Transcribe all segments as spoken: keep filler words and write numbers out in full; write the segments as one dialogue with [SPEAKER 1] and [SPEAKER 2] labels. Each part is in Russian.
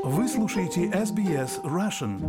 [SPEAKER 1] Вы слушаете эс би эс Russian.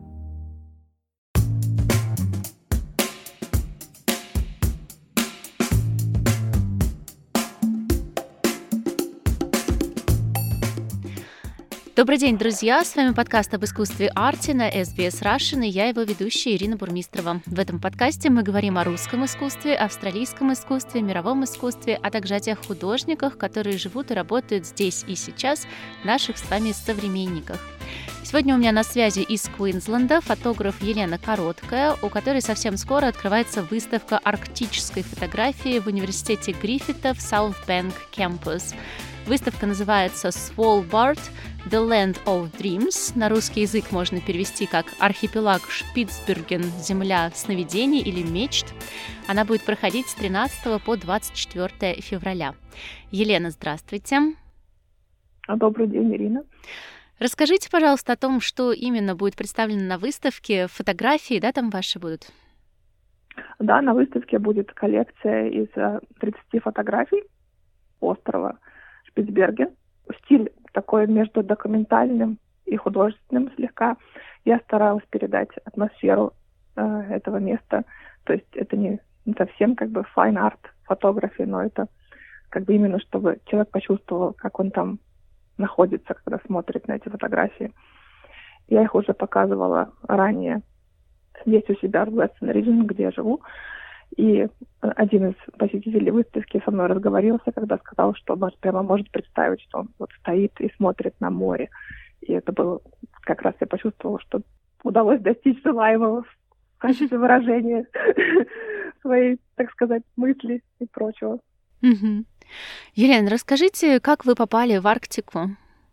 [SPEAKER 2] Добрый день, друзья! С вами подкаст об искусстве арте на эс би эс Russian, и я его ведущая Ирина Бурмистрова. В этом подкасте мы говорим о русском искусстве, австралийском искусстве, мировом искусстве, а также о тех художниках, которые живут и работают здесь и сейчас, наших с вами современниках. Сегодня у меня на связи из Квинсленда фотограф Елена Короткая, у которой совсем скоро открывается выставка арктической фотографии в университете Гриффита в Southbank Campus. Выставка называется Svalbard – The Land of Dreams. На русский язык можно перевести как «Архипелаг Шпицберген. Земля сновидений» или «Мечт». Она будет проходить с тринадцатого по двадцать четвёртое февраля. Елена, здравствуйте.
[SPEAKER 3] Добрый день, Ирина.
[SPEAKER 2] Расскажите, пожалуйста, о том, что именно будет представлено на выставке. Фотографии, да, там ваши будут?
[SPEAKER 3] Да, на выставке будет коллекция из тридцати фотографий острова Шпицберген. Стиль такой между документальным и художественным слегка. Я старалась передать атмосферу э, этого места. То есть это не, не совсем как бы fine art фотографии, но это как бы именно, чтобы человек почувствовал, как он там находится, когда смотрит на эти фотографии. Я их уже показывала ранее здесь у себя в Western Region, где я живу. И один из посетителей выставки со мной разговорился, когда сказал, что прямо может представить, что он вот стоит и смотрит на море. И это было как раз я почувствовала, что удалось достичь желаемого в качестве выражения своей, так сказать, мысли и прочего.
[SPEAKER 2] Угу. Елена, расскажите, как вы попали в Арктику?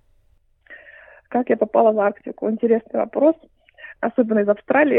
[SPEAKER 3] Как я попала в Арктику? Интересный вопрос, особенно из Австралии.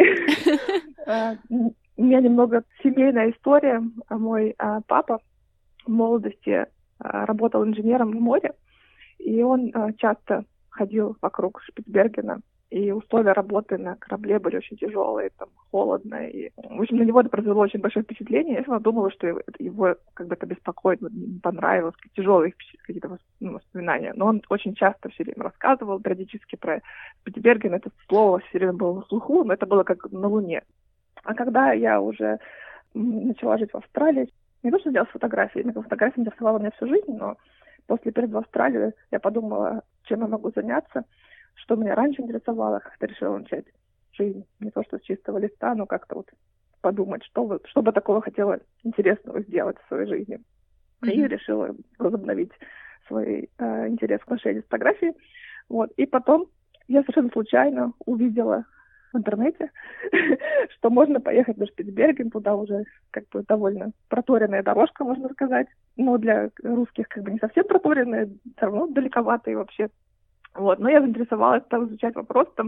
[SPEAKER 3] У меня немного семейная история. Мой а, папа в молодости а, работал инженером в море, и он а, часто ходил вокруг Шпицбергена, и условия работы на корабле были очень тяжелые, там холодно, и, в общем, на него это произвело очень большое впечатление. Я всегда думала, что его, его как бы это беспокоит, не понравилось, тяжелые какие-то воспоминания. Но он очень часто все время рассказывал периодически про Шпицберген, это слово все время было на слуху, но это было как на Луне. А когда я уже начала жить в Австралии, не то, что делать фотографии, фотография интересовала меня всю жизнь, но после переезда в Австралию я подумала, чем я могу заняться, что меня раньше интересовало, как-то решила начать жизнь не то, что с чистого листа, но как-то вот подумать, что бы, что бы такого хотела интересного сделать в своей жизни. Mm-hmm. И решила возобновить свой э, интерес к отношению с фотографией. Вот. И потом я совершенно случайно увидела в интернете, что можно поехать на Шпицберген, туда уже как бы довольно проторенная дорожка, можно сказать, но для русских как бы не совсем проторенная, все равно далековато и вообще. Вот. Но я заинтересовалась, стала изучать вопрос, там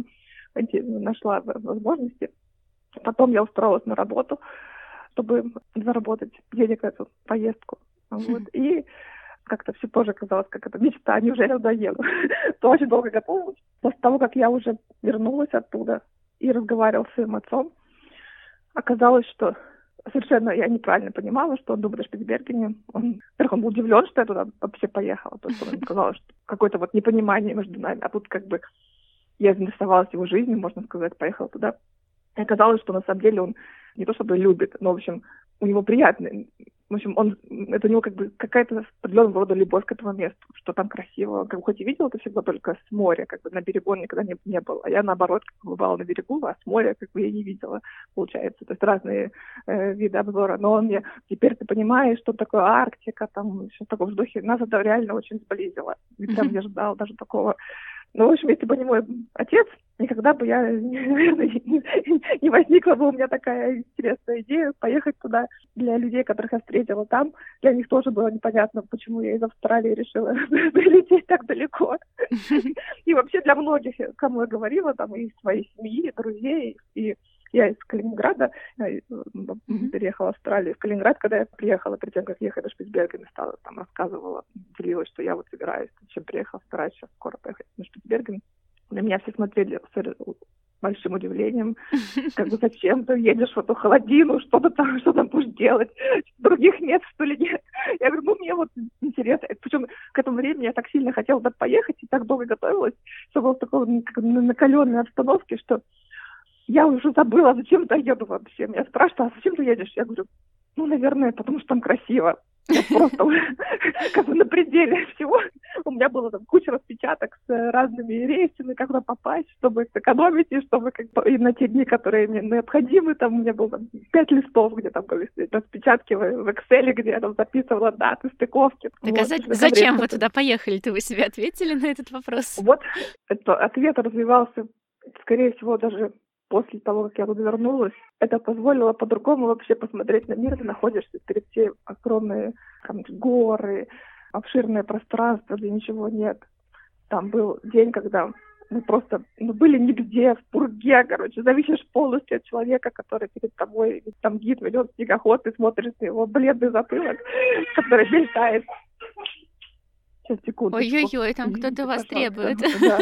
[SPEAKER 3] нашла возможности. Потом я устроилась на работу, чтобы заработать денег на эту поездку. Вот. И как-то все тоже казалось, как это мечта, неужели я туда еду? То очень долго готовилась. После того, как я уже вернулась оттуда и разговаривала с своим отцом, оказалось, что совершенно я неправильно понимала, что он думает о Шпицбергене. Он, во-первых, он был удивлен, что я туда вообще поехала. То есть он сказал, что какое-то вот непонимание между нами. А тут как бы я заинтересовалась его жизнью, можно сказать, поехала туда. И оказалось, что на самом деле он не то чтобы любит, но, в общем, у него приятный. В общем, он, это у него как бы какая-то определенного рода любовь к этому месту, что там красиво. Как бы, хоть и видела это всегда только с моря, как бы на берегу он никогда не, не был. А я, наоборот, как бы бывала на берегу, а с моря как бы я не видела, получается. То есть разные э, виды обзора. Но он мне, теперь ты понимаешь, что такое Арктика, там, все в таком духе. Нас это реально очень сблизило. Ведь там не ждал даже такого. Ну, в общем, если бы не мой отец, никогда бы я, наверное, не возникла бы у меня такая интересная идея поехать туда. Для людей, которых я встретила там, для них тоже было непонятно, почему я из Австралии решила прилететь так далеко. И вообще для многих, кому я говорила, там, и своей семьи, и друзей, и я из Калининграда, я переехала в Австралию, в Калининград, когда я приехала, перед тем, как ехать до Шпицбергена, стала, там, рассказывала, делилась, что я вот собираюсь, чем приехала, стараюсь сейчас скоро поехать на Шпицберген. На меня все смотрели большим удивлением, как бы зачем ты едешь в эту холодину, что ты там, что там будешь делать, других нет, что ли, нет. Я говорю, ну, мне вот интересно. Причем к этому времени я так сильно хотела туда поехать и так долго готовилась, что была в такой накаленной обстановке, что я уже забыла, зачем я еду вообще. Меня спрашивают, а зачем ты едешь? Я говорю, ну, наверное, потому что там красиво. Я просто как бы на пределе всего. У меня было там куча распечаток с разными рейсами, как туда попасть, чтобы сэкономить, и чтобы как бы и на те дни, которые мне необходимы, там у меня было там, пять листов, где там были распечатки в, в Excel, где я там записывала даты, стыковки.
[SPEAKER 2] Так
[SPEAKER 3] вот,
[SPEAKER 2] а за- зачем вы туда поехали-то? Вы себе ответили на этот вопрос?
[SPEAKER 3] Вот это, ответ развивался, скорее всего, даже после того, как я туда вернулась. Это позволило по-другому вообще посмотреть на мир. Ты находишься перед все огромные там, горы, обширное пространство, где ничего нет. Там был день, когда мы просто ну, были нигде, в пурге, короче, зависишь полностью от человека, который перед тобой, там гид ведет снегоход, ты смотришь на его бледный затылок, который мелькает. Сейчас, секунду.
[SPEAKER 2] Ой-ой-ой, там кто-то вас требует.
[SPEAKER 3] Да.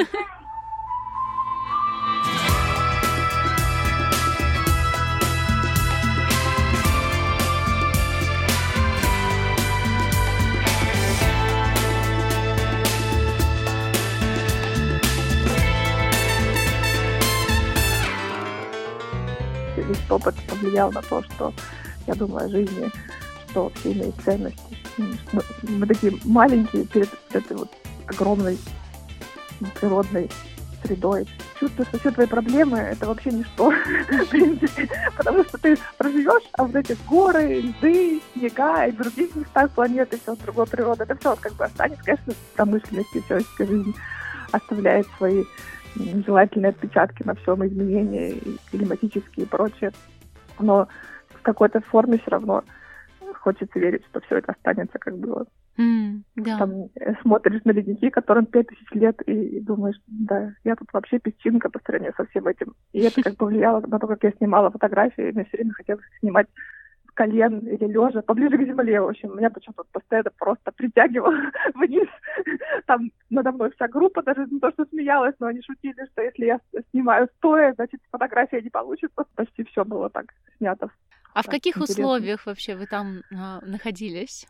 [SPEAKER 3] Весь опыт повлиял на то, что я думаю о жизни, что все имеет ценности. Мы, мы такие маленькие перед этой вот огромной природной средой. Чувствую, что все твои проблемы — это вообще ничто, в принципе, потому что ты проживешь, а вот эти горы, льды, снега и в других местах планеты, все другой природы, это все как бы останется, конечно, в промышленности человеческая жизнь оставляет свои желательные отпечатки на всем, изменения и климатические и прочее. Но в какой-то форме все равно хочется верить, что все это останется, как было.
[SPEAKER 2] Mm, да.
[SPEAKER 3] Там смотришь на ледники, которым пять тысяч лет, и, и думаешь, да, я тут вообще песчинка по сравнению со всем этим. И это как бы влияло на то, как я снимала фотографии. Мне все время хотелось снимать с колен или лежа, поближе к земле. В общем, меня почему-то постоянно просто притягивало вниз. Там надо мной вся группа даже не то, что смеялась, но они шутили, что если я снимаю стоя, значит, фотография не получится. Почти все было так снято.
[SPEAKER 2] А в каких
[SPEAKER 3] интересно.
[SPEAKER 2] условиях вообще вы там а, находились?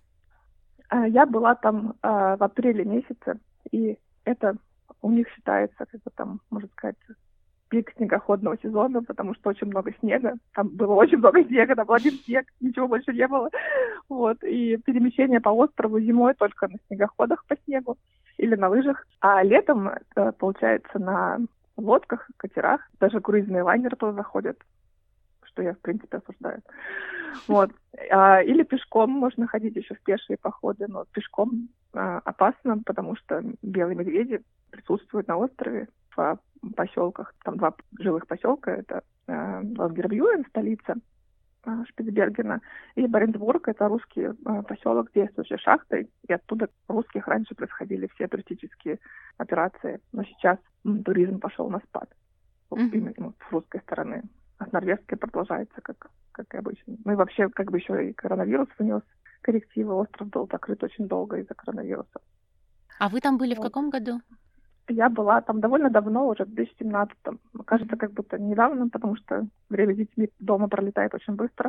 [SPEAKER 3] Я была там а, в апреле месяце, и это у них считается, как бы там, можно сказать, пик снегоходного сезона, потому что очень много снега. Там было очень много снега, там был один снег, ничего больше не было. Вот. И перемещение по острову зимой только на снегоходах по снегу или на лыжах. А летом, это, получается, на лодках, катерах, даже круизные лайнеры туда заходят, что я, в принципе, осуждаю. Вот. А, или пешком можно ходить еще в пешие походы, но пешком а, опасно, потому что белые медведи присутствуют на острове в поселках. Там два жилых поселка. Это а, Лангербюрен, столица а, Шпицбергена, и Баренцбург. Это русский а, поселок, действующий шахтой. И оттуда русских раньше происходили все туристические операции. Но сейчас м, туризм пошел на спад. Mm-hmm. Именно с русской стороны. А с норвежской продолжается, как, как и обычно. Ну и вообще, как бы еще и коронавирус внес коррективы. Остров был закрыт очень долго из-за коронавируса.
[SPEAKER 2] А вы там были
[SPEAKER 3] вот.
[SPEAKER 2] В каком году?
[SPEAKER 3] Я была там довольно давно, уже в две тысячи семнадцатом. Кажется, как будто недавно, потому что время с детьми дома пролетает очень быстро.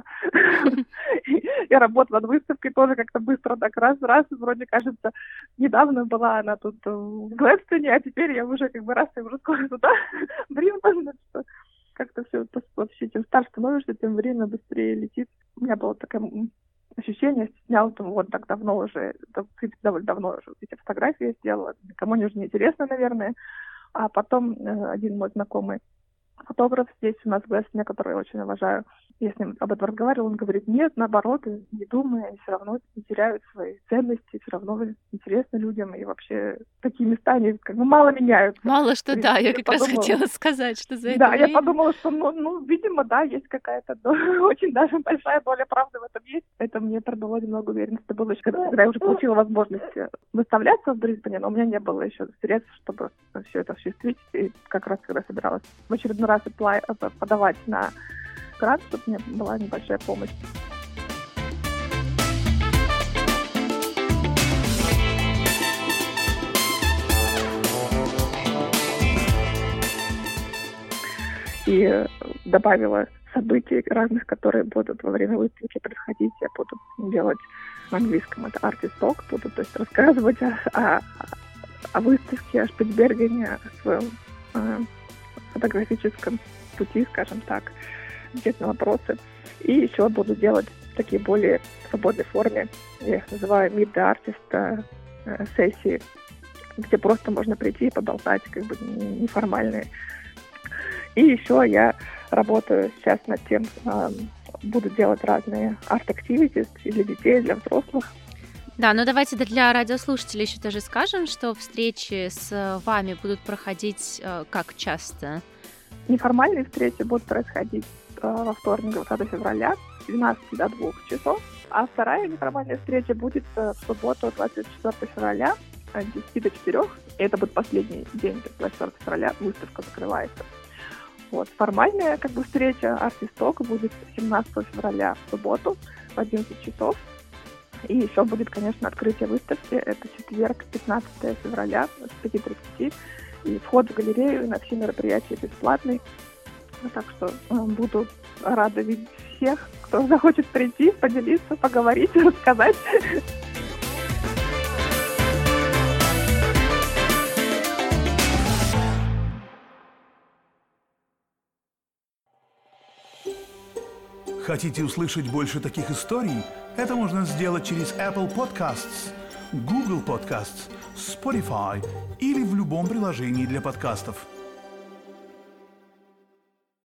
[SPEAKER 3] Я работала над выставкой тоже как-то быстро, так раз-раз. Вроде, кажется, недавно была она тут в Глэдстоне, а теперь я уже как бы раз, и уже скоро туда. Блин, что как-то все вообще, чем старше становишься, тем время быстрее летит. У меня было такое ощущение, сняла там вот так давно уже, в принципе, довольно давно уже эти фотографии я сделала, никому они уже не интересно, наверное. А потом э, один мой знакомый фотограф здесь у нас в Глэдстоне, который я очень уважаю, я с ним об этом разговаривала, он говорит, нет, наоборот, не думай, они все равно не теряют свои ценности, все равно интересны людям, и вообще такие места, они как бы мало меняют.
[SPEAKER 2] Мало что, принципе, да, я как подумала, раз хотела сказать, что за это
[SPEAKER 3] Да,
[SPEAKER 2] время...
[SPEAKER 3] я подумала, что, ну, ну, видимо, да, есть какая-то очень даже большая доля правды в этом есть. Это мне придало немного уверенности. Это было еще, когда, когда я уже получила возможность выставляться в Брисбене, но у меня не было еще средств, чтобы все это осуществить. И как раз когда собиралась в очередной раз подавать на грант, чтобы мне была небольшая помощь. и добавила событий разных, которые будут во время выставки происходить. Я буду делать на английском это artist talk, буду то есть рассказывать о, о, о выставке, о Шпицбергене, о своем э, фотографическом пути, скажем так, ответить на вопросы. И еще буду делать такие более свободной форме, я их называю meet the artist э, сессии, где просто можно прийти и поболтать, как бы неформальные. И еще я работаю сейчас над тем, э, буду делать разные арт-активити и для детей, и для взрослых.
[SPEAKER 2] Да, но давайте для радиослушателей еще тоже скажем, что встречи с вами будут проходить э, как часто?
[SPEAKER 3] Неформальные встречи будут происходить э, во вторник, двадцатого февраля, с двенадцати до двух часов, а вторая неформальная встреча будет э, в субботу, двадцать четвёртого февраля, с десяти до четырёх. И это будет последний день, двадцать четвёртого февраля, выставка закрывается. Вот. Формальная как бы встреча Artist Talk будет семнадцатого февраля в субботу в одиннадцать часов. И еще будет, конечно, открытие выставки. Это четверг, пятнадцатого февраля с пяти тридцати. И вход в галерею и на все мероприятия бесплатный. Так что э, буду рада видеть всех, кто захочет прийти, поделиться, поговорить, рассказать.
[SPEAKER 1] Хотите услышать больше таких историй? Это можно сделать через Apple Podcasts, Google Podcasts, Spotify или в любом приложении для подкастов.